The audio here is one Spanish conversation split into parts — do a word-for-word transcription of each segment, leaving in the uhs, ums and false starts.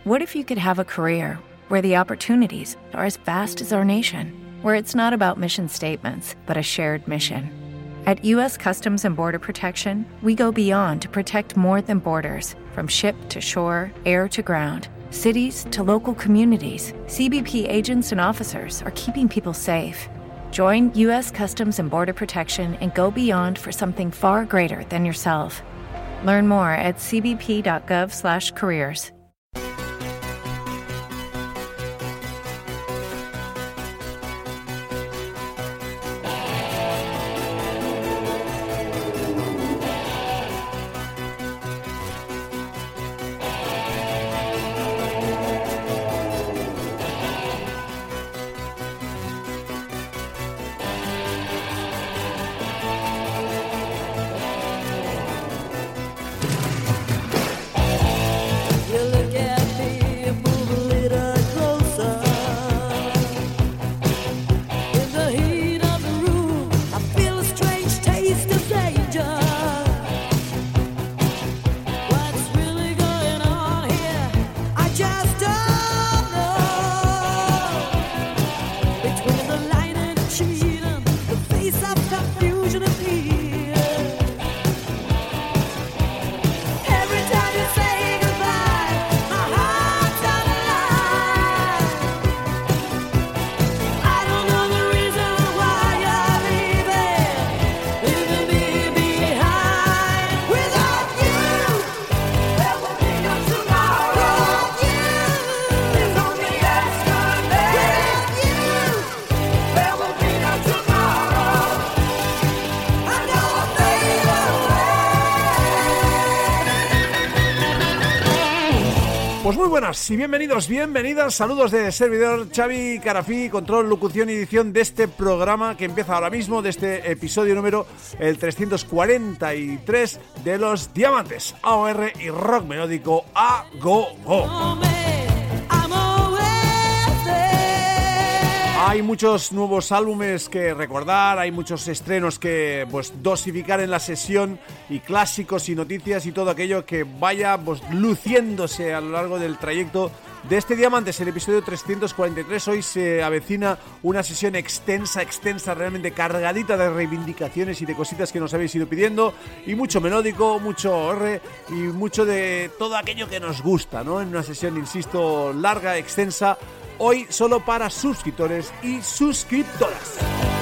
What if you could have a career where the opportunities are as vast as our nation, where it's not about mission statements, but a shared mission? At U S Customs and Border Protection, we go beyond to protect more than borders. From ship to shore, air to ground, cities to local communities, C B P agents and officers are keeping people safe. Join U S Customs and Border Protection and go beyond for something far greater than yourself. Learn more at c b p dot gov slash careers. Pues muy buenas y bienvenidos, bienvenidas, saludos de servidor Xavi Carafí, control, locución y edición de este programa que empieza ahora mismo, de este episodio número el trescientos cuarenta y tres de Los Diamantes, A O R y rock melódico a go go. Hay muchos nuevos álbumes que recordar, hay muchos estrenos que pues dosificar en la sesión, y clásicos y noticias y todo aquello que vaya pues luciéndose a lo largo del trayecto de este Diamantes, el episodio trescientos cuarenta y tres. Hoy se avecina una sesión extensa, extensa, realmente cargadita de reivindicaciones y de cositas que nos habéis ido pidiendo, y mucho melódico, mucho R y mucho de todo aquello que nos gusta, ¿no? En una sesión, insisto, larga, extensa, hoy solo para suscriptores y suscriptoras.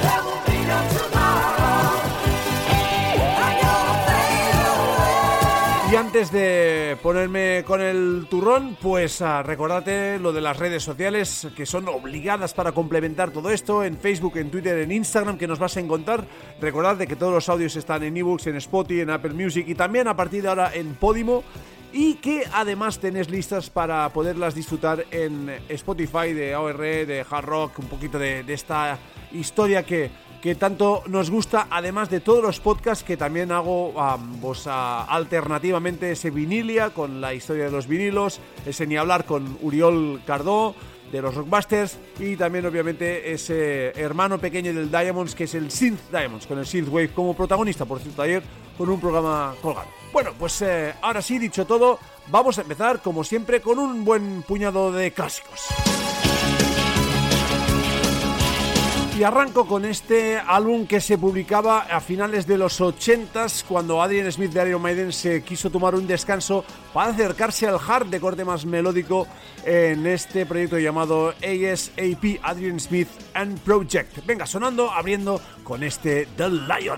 Y antes de ponerme con el turrón, pues uh, recordate lo de las redes sociales, que son obligadas para complementar todo esto, en Facebook, en Twitter, en Instagram, que nos vas a encontrar. Recordad de que todos los audios están en ebooks, en Spotify, en Apple Music y también a partir de ahora en Podimo, y que además tenés listas para poderlas disfrutar en Spotify, de A O R, de hard rock, un poquito de, de esta historia que... que tanto nos gusta, además de todos los podcasts que también hago um, pues, uh, alternativamente, ese Vinilia con la historia de los vinilos, ese Ni Hablar con Uriol Cardó de los Rockbusters, y también obviamente ese hermano pequeño del Diamonds, que es el Synth Diamonds, con el Synthwave como protagonista, por cierto, ayer con un programa colgado. Bueno, pues eh, ahora sí, dicho todo, vamos a empezar como siempre con un buen puñado de clásicos. Y arranco con este álbum que se publicaba a finales de los ochentas, cuando Adrian Smith de Iron Maiden se quiso tomar un descanso para acercarse al hard de corte más melódico en este proyecto llamado A S A P, Adrian Smith and Project. Venga, sonando, abriendo con este The Lion.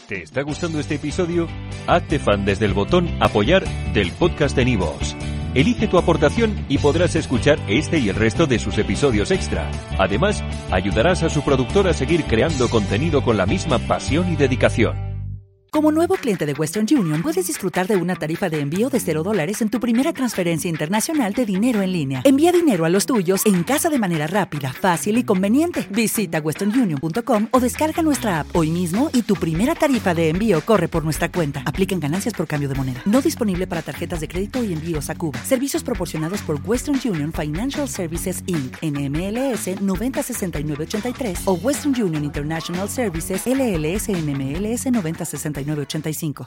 ¿Te está gustando este episodio? Hazte fan desde el botón Apoyar del podcast de Nivos. Elige tu aportación y podrás escuchar este y el resto de sus episodios extra. Además, ayudarás a su productor a seguir creando contenido con la misma pasión y dedicación. Como nuevo cliente de Western Union, puedes disfrutar de una tarifa de envío de cero dólares en tu primera transferencia internacional de dinero en línea. Envía dinero a los tuyos en casa de manera rápida, fácil y conveniente. Visita western union punto com o descarga nuestra app hoy mismo y tu primera tarifa de envío corre por nuestra cuenta. Aplican ganancias por cambio de moneda. No disponible para tarjetas de crédito y envíos a Cuba. Servicios proporcionados por Western Union Financial Services incorporated. N M L S noventa sesenta y nueve ochenta y tres o Western Union International Services L L S N M L S noventa sesenta y nueve ochenta y cinco.